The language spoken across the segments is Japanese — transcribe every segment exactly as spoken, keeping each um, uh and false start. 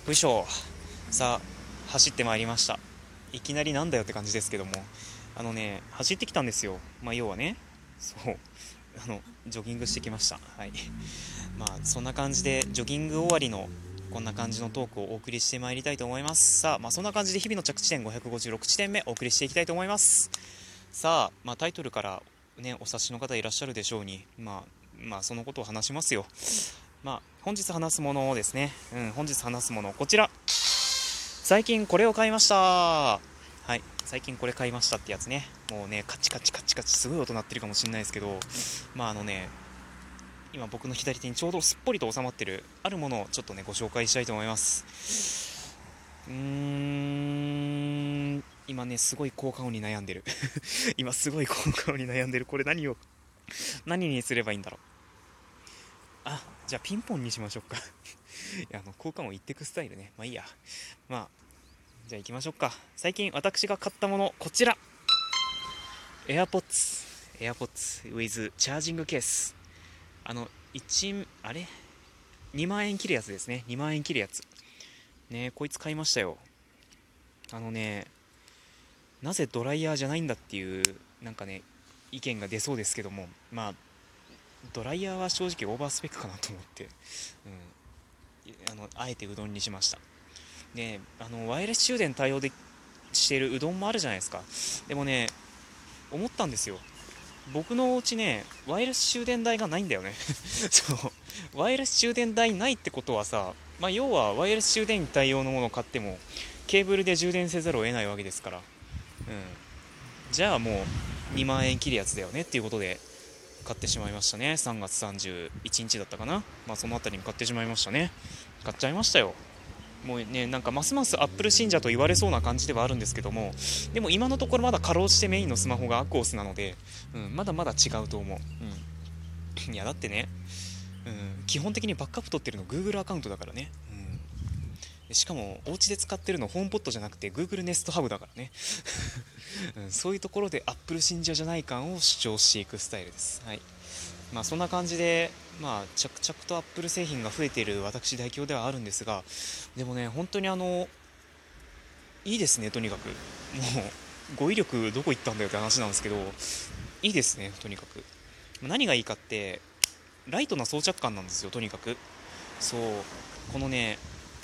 よいしょ。さあ走ってまいりました。いきなりなんだよって感じですけども、あのね走ってきたんですよ。まあ要はね、そうあのジョギングしてきました。はい。まあそんな感じでジョギング終わりのこんな感じのトークをお送りしてまいりたいと思います。さあ、まあそんな感じで日々の着地点ごひゃくごじゅうろくちてんめお送りしていきたいと思います。さあ、まあタイトルからねお察しの方いらっしゃるでしょうに、まあまあそのことを話しますよ。まあ本日話すものですね。うん、本日話すものこちら。最近これを買いました。はい、最近これ買いましたってやつね。もうね、カチカチカチカチすごい音鳴ってるかもしれないですけど、まああのね、今僕の左手にちょうどすっぽりと収まってるあるものをちょっとねご紹介したいと思います。うーん、今ねすごい効果音に悩んでる。今すごい効果音に悩んでる。これ何を何にすればいいんだろう。あ、じゃあピンポンにしましょうか。いや、あの効果音言ってくスタイルね。まあいいや。まあじゃあ行きましょうか。最近私が買ったものこちら。 AirPods AirPods with チャージングケース。あのいちあれにまん円切るやつですね。にまん円切るやつね。こいつ買いましたよ。あのね、なぜドライヤーじゃないんだっていうなんかね意見が出そうですけども、まあドライヤーは正直オーバースペックかなと思って、うん、あのあえてうどんにしました。ね、あのワイヤレス充電対応でしているうどんもあるじゃないですか。でもね、思ったんですよ。僕のお家ね、ワイヤレス充電台がないんだよね。そうワイヤレス充電台ないってことはさ、まあ、要はワイヤレス充電に対応のものを買ってもケーブルで充電せざるを得ないわけですから、うん、じゃあもうにまん円切るやつだよねっていうことで買ってしまいましたね。さんがつさんじゅういちにちだったかな、まあ、そのあたりに買ってしまいましたね。買っちゃいましたよ。もうね、なんかますますアップル信者と言われそうな感じではあるんですけども、でも今のところまだかろうじてメインのスマホがアクオスなので、うん、まだまだ違うと思う。うん、いやだってね、うん、基本的にバックアップ取ってるの Google アカウントだからね、うん、しかもお家で使ってるのホームポットじゃなくて Google ネストハブだからね、うん、そういうところでアップル信者じゃない感を主張していくスタイルです。はい。まあそんな感じで、まあ着々とアップル製品が増えている私代表ではあるんですが、でもね本当にあのいいですね。とにかくもう語彙力どこ行ったんだよって話なんですけど、いいですね。とにかく何がいいかってライトな装着感なんですよ。とにかくそう、このね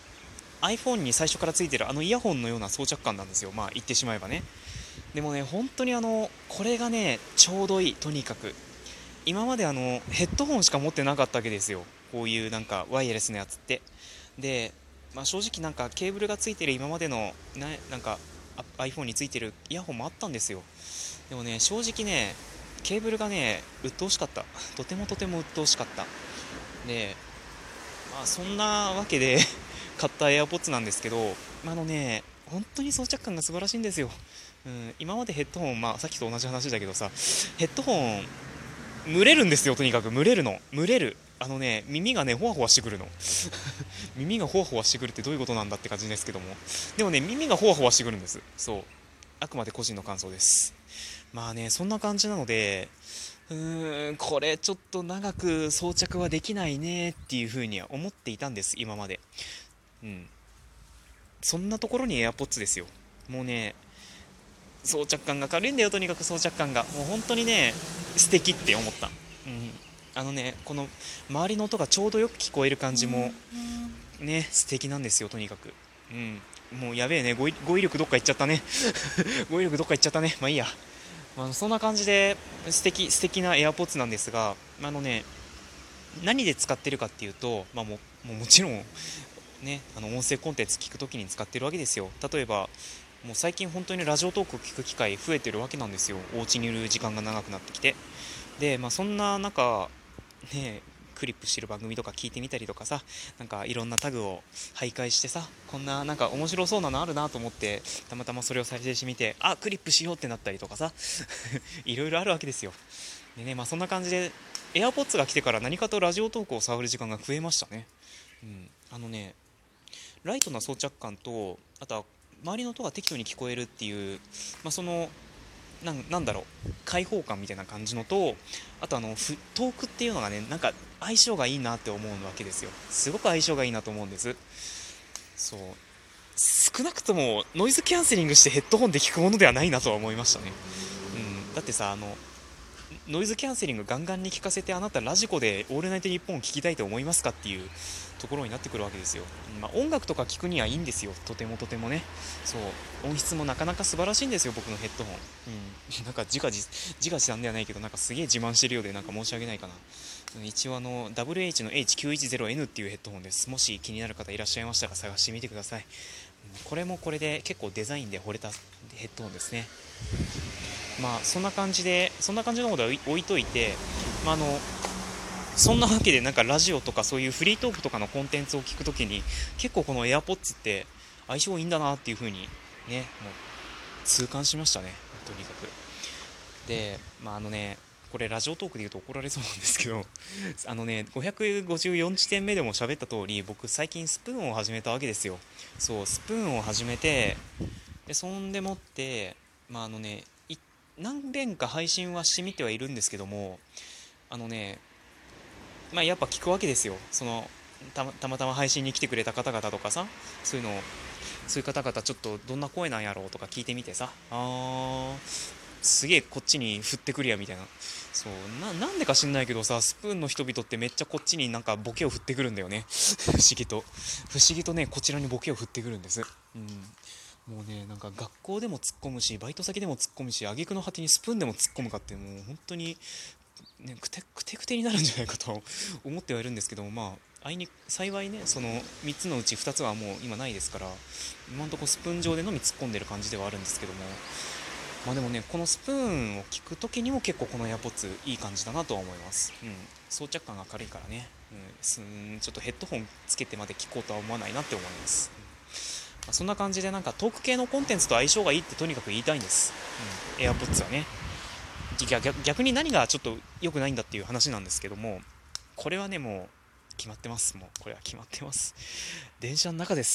iPhone に最初からついてるあのイヤホンのような装着感なんですよ。まあ言ってしまえばね。でもね本当にあのこれがねちょうどいい。とにかく今まであのヘッドホンしか持ってなかったわけですよ。こういうなんかワイヤレスのやつってで、まあ、正直なんかケーブルがついてる今までのななんか iPhone についてるイヤホンもあったんですよ。でもね正直ねケーブルがね鬱陶しかった。とてもとても鬱陶しかった。で、まあそんなわけで買った AirPods なんですけど、まあ、あのね本当に装着感が素晴らしいんですよ。うん、今までヘッドホン、まあ、さっきと同じ話だけどさ、ヘッドホン蒸れるんですよ。とにかく蒸れるの蒸れる。あのね耳がねほわほわしてくるの。耳がほわほわしてくるってどういうことなんだって感じですけども、でもね耳がほわほわしてくるんです。そう、あくまで個人の感想です。まあねそんな感じなので、うーんこれちょっと長く装着はできないねっていう風には思っていたんです今まで。うん、そんなところに AirPods ですよ。もうね装着感が軽いんだよ。とにかく装着感がもう本当にね素敵って思った。うん、あのねこの周りの音がちょうどよく聞こえる感じもね素敵なんですよ。とにかく、うん、もうやべえね、語彙語彙力どっか行っちゃったね。語彙力どっか行っちゃったね。まあいいや。まあ、そんな感じで素敵素敵な AirPods なんですが、あのね何で使ってるかっていうと、まあ、もももちろんねあの音声コンテンツ聞くときに使ってるわけですよ。例えばもう最近本当にラジオトークを聞く機会増えてるわけなんですよ。お家にいる時間が長くなってきて、で、まあ、そんな中ねクリップしてる番組とか聞いてみたりとかさ、なんかいろんなタグを徘徊してさ、こんななんか面白そうなのあるなと思ってたまたまそれを再生してみて、あクリップしようってなったりとかさ、いろいろあるわけですよ。でね、まあ、そんな感じで AirPods が来てから何かとラジオトークを触る時間が増えましたね。うん、あのねライトな装着感と、あとは周りの音が適当に聞こえるっていう、まあ、そのなんなんだろう開放感みたいな感じのと、あとあのふ遠くっていうのがねなんか相性がいいなって思うわけですよ。すごく相性がいいなと思うんです。 そう、少なくともノイズキャンセリングしてヘッドホンで聞くものではないなとは思いましたね。うん、だってさ、あのノイズキャンセリングガンガンに聞かせて、あなたラジコで「オールナイトニッポン」聞きたいと思いますかっていうところになってくるわけですよ。まあ、音楽とか聞くにはいいんですよ、とてもとてもね。そう音質もなかなか素晴らしいんですよ、僕のヘッドホン。うん、なんか自画自自画自賛ではないけど、なんかすげえ自慢してるようでなんか申し訳ないかな。一応あの ダブリューエイチ の エイチきゅういちゼロエヌ っていうヘッドホンです。もし気になる方いらっしゃいましたら探してみてください。これもこれで結構デザインで惚れたヘッドホンですね。まあそんな感じでそんな感じのことは置いといて、まあ、あのそんなわけで、なんかラジオとかそういうフリートークとかのコンテンツを聞くときに結構この AirPods って相性いいんだなっていう風にね、もう痛感しましたね、とにかく。で、まああのね、これラジオトークで言うと怒られそうなんですけど、あのね、ごひゃくごじゅうよんちてんめでも喋った通り、僕最近スプーンを始めたわけですよ。そうスプーンを始めて、でそんでもって、まああのね何遍か配信はしてみてはいるんですけども、あのね、まあ、やっぱ聞くわけですよ。そのたまたまたま配信に来てくれた方々とかさ、そういうのをそういう方々ちょっとどんな声なんやろうとか聞いてみてさ、あーすげえこっちに振ってくるやみたいな。そうななんでか知んないけどさ、スプーンの人々ってめっちゃこっちになんかボケを振ってくるんだよね不思議と不思議とね、こちらにボケを振ってくるんです。うん、もうね、なんか学校でも突っ込むし、バイト先でも突っ込むし、挙句の果てにスプーンでも突っ込むかって、もう本当に、ね、くてくてくてになるんじゃないかと思ってはいるんですけども、まああいに幸いね、そのみっつのうちふたつはもう今ないですから、今のところスプーン上でのみ突っ込んでる感じではあるんですけども、まあでもね、このスプーンを聞くときにも結構この AirPods いい感じだなとは思います。うん、装着感が軽いからね、うん、すんちょっとヘッドホンつけてまで聞こうとは思わないなって思います。まあ、そんな感じで、なんかトーク系のコンテンツと相性がいいってとにかく言いたいんです、うん、AirPods はね。逆逆に何がちょっと良くないんだっていう話なんですけども、これはね、もう決まってます。もうこれは決まってます。電車の中です。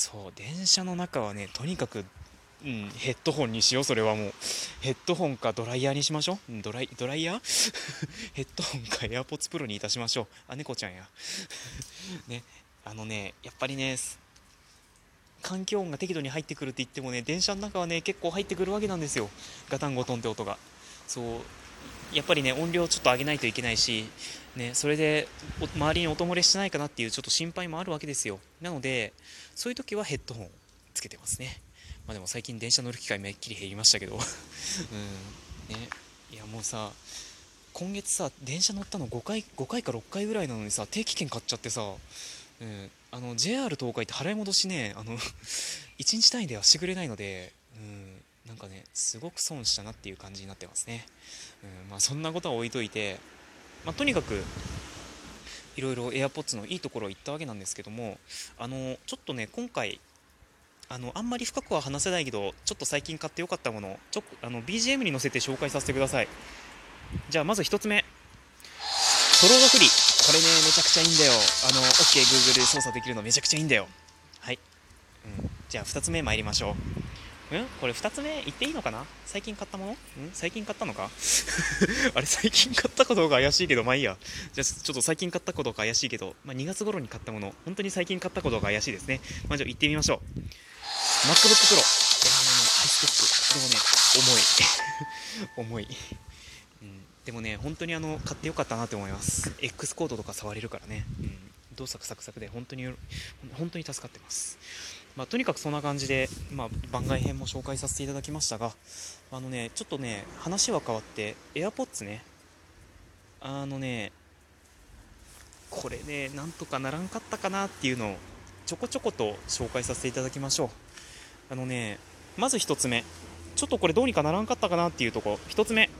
そう電車の中はね、とにかく、うん、ヘッドホンにしよう。それはもうヘッドホンかドライヤーにしましょう。ドライドライヤーヘッドホンか AirPods Pro にいたしましょう。あ、猫ちゃんやね。あのね、やっぱりね、環境音が適度に入ってくるって言ってもね、電車の中はね結構入ってくるわけなんですよ、ガタンゴトンって音が。そうやっぱりね、音量をちょっと上げないといけないし、ね、それで周りに音漏れしてないかなっていうちょっと心配もあるわけですよ。なのでそういう時はヘッドホンつけてますね。まあ、でも最近電車乗る機会めっきり減りましたけどうんね、いやもうさ、今月さ電車乗ったのごかいごかいかろっかいぐらいなのにさ、定期券買っちゃってさ、うん、あの ジェイアール 東海って払い戻しね、あのいちにち単位ではしてくれないので、うん、なんかねすごく損したなっていう感じになってますね。うん、まあそんなことは置いといて、まあ、とにかくいろいろ AirPods のいいところを言ったわけなんですけども、あのちょっとね今回あのあんまり深くは話せないけど、ちょっと最近買ってよかったものをちょあの ビージーエム に乗せて紹介させてください。じゃあまずひとつめ、トロードフリー。これねめちゃくちゃいいんだよ。あの OKGoogle 操作できるのめちゃくちゃいいんだよ。はい、うん、じゃあふたつめ参りましょう。んこれふたつめ言っていいのかな。最近買ったものん最近買ったのかあれ最近買ったことが怪しいけど、まあいいや。じゃあちょっと最近買ったことが怪しいけど、まあ、にがつ頃に買ったもの、本当に最近買ったことが怪しいですね。まあじゃあ行ってみましょう。 MacBook Pro。 いやもうねハイスペックでもね重い重い、うん、でもね本当にあの買ってよかったなって思います。 X コードとか触れるからね、うん、動作サクサクで本当に本当に助かってます。まあ、とにかくそんな感じで、まあ、番外編も紹介させていただきましたが、あのねちょっとね話は変わって AirPods ね、あのねこれねなんとかならんかったかなっていうのをちょこちょこと紹介させていただきましょう。あのねまずひとつめ、ちょっとこれどうにかならんかったかなっていうところ、ひとつめ、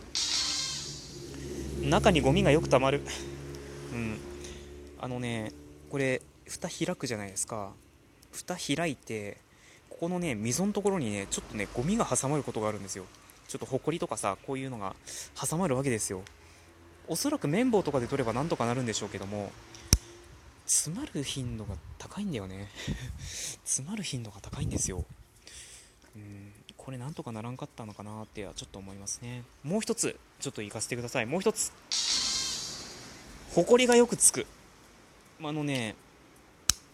中にゴミがよくたまる。うんあのねこれ蓋開くじゃないですか。蓋開いてここのね溝のところにねちょっとねゴミが挟まることがあるんですよ。ちょっとホコリとかさ、こういうのが挟まるわけですよ。おそらく綿棒とかで取ればなんとかなるんでしょうけども、詰まる頻度が高いんだよね詰まる頻度が高いんですよ。うんこれなんとかならんかったのかなってはちょっと思いますね。もう一つちょっと行かせてください。もう一つ、ホコリがよくつく。あのね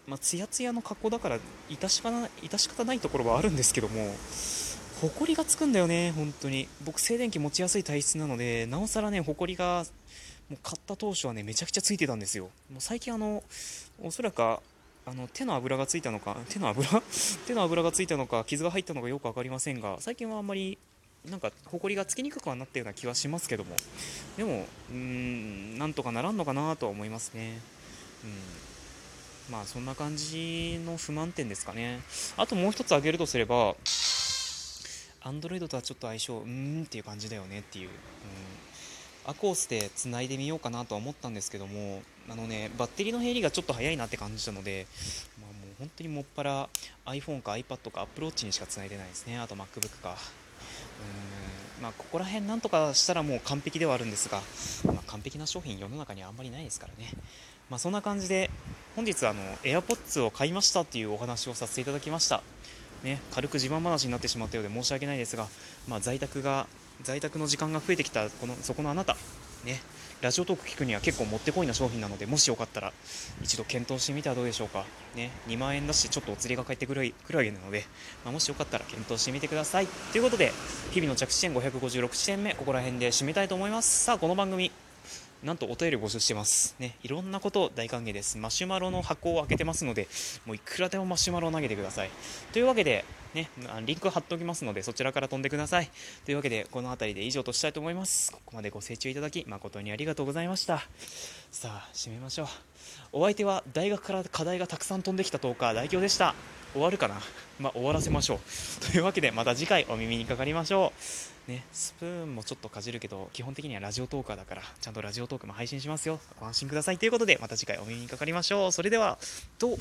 まあ、ツヤツヤの格好だから致し方ない致し方ないところはあるんですけども、ほこりがつくんだよね。本当に僕静電気持ちやすい体質なので、なおさらねほこりがもう買った当初はねめちゃくちゃついてたんですよ。もう最近あのおそらくあの手の油がついたのか手の油手の油がついたのか傷が入ったのかよく分かりませんが、最近はあんまりなんかほこりがつきにくくはなったような気はしますけども、でもうーんなんとかならんのかなとは思いますね。うんまあそんな感じの不満点ですかね。あともう一つ挙げるとすれば、Android とはちょっと相性うーんっていう感じだよねっていう、うん、アコースでつないでみようかなとは思ったんですけども、あのねバッテリーの減りがちょっと早いなって感じたので、まあ、もう本当にもっぱら iPhone か iPad か Apple Watch にしかつないでないですね。あと MacBook か、うーんまあここら辺なんとかしたらもう完璧ではあるんですが、まあ、完璧な商品世の中にはあんまりないですからね。まあそんな感じで本日あの AirPods を買いましたっていうお話をさせていただきました。ね、軽く自慢話になってしまったようで申し訳ないですが、まあ、在宅が在宅の時間が増えてきたこのそこのあなた、ね、ラジオトーク聞くには結構もってこいな商品なので、もしよかったら一度検討してみてはどうでしょうか、ね、にまん円だしちょっとお釣りが返ってくるくるわけなので、まあ、もしよかったら検討してみてくださいということで、日々の着地点ごひゃくごじゅうろく地点目ここら辺で締めたいと思います。さあこの番組なんとお便り募集してますね。いろんなこと大歓迎です。マシュマロの箱を開けてますので、もういくらでもマシュマロを投げてください。というわけでね、リンク貼っておきますのでそちらから飛んでください。というわけでこの辺りで以上としたいと思います。ここまでご清聴いただき誠にありがとうございました。さあ締めましょう。お相手は大学から課題がたくさん飛んできたトーカー大京でした。終わるかな、まあ終わらせましょう。というわけでまた次回お耳にかかりましょうね。スプーンもちょっとかじるけど基本的にはラジオトーカーだからちゃんとラジオトークも配信しますよ。ご安心くださいということで、また次回お耳にかかりましょう。それではどう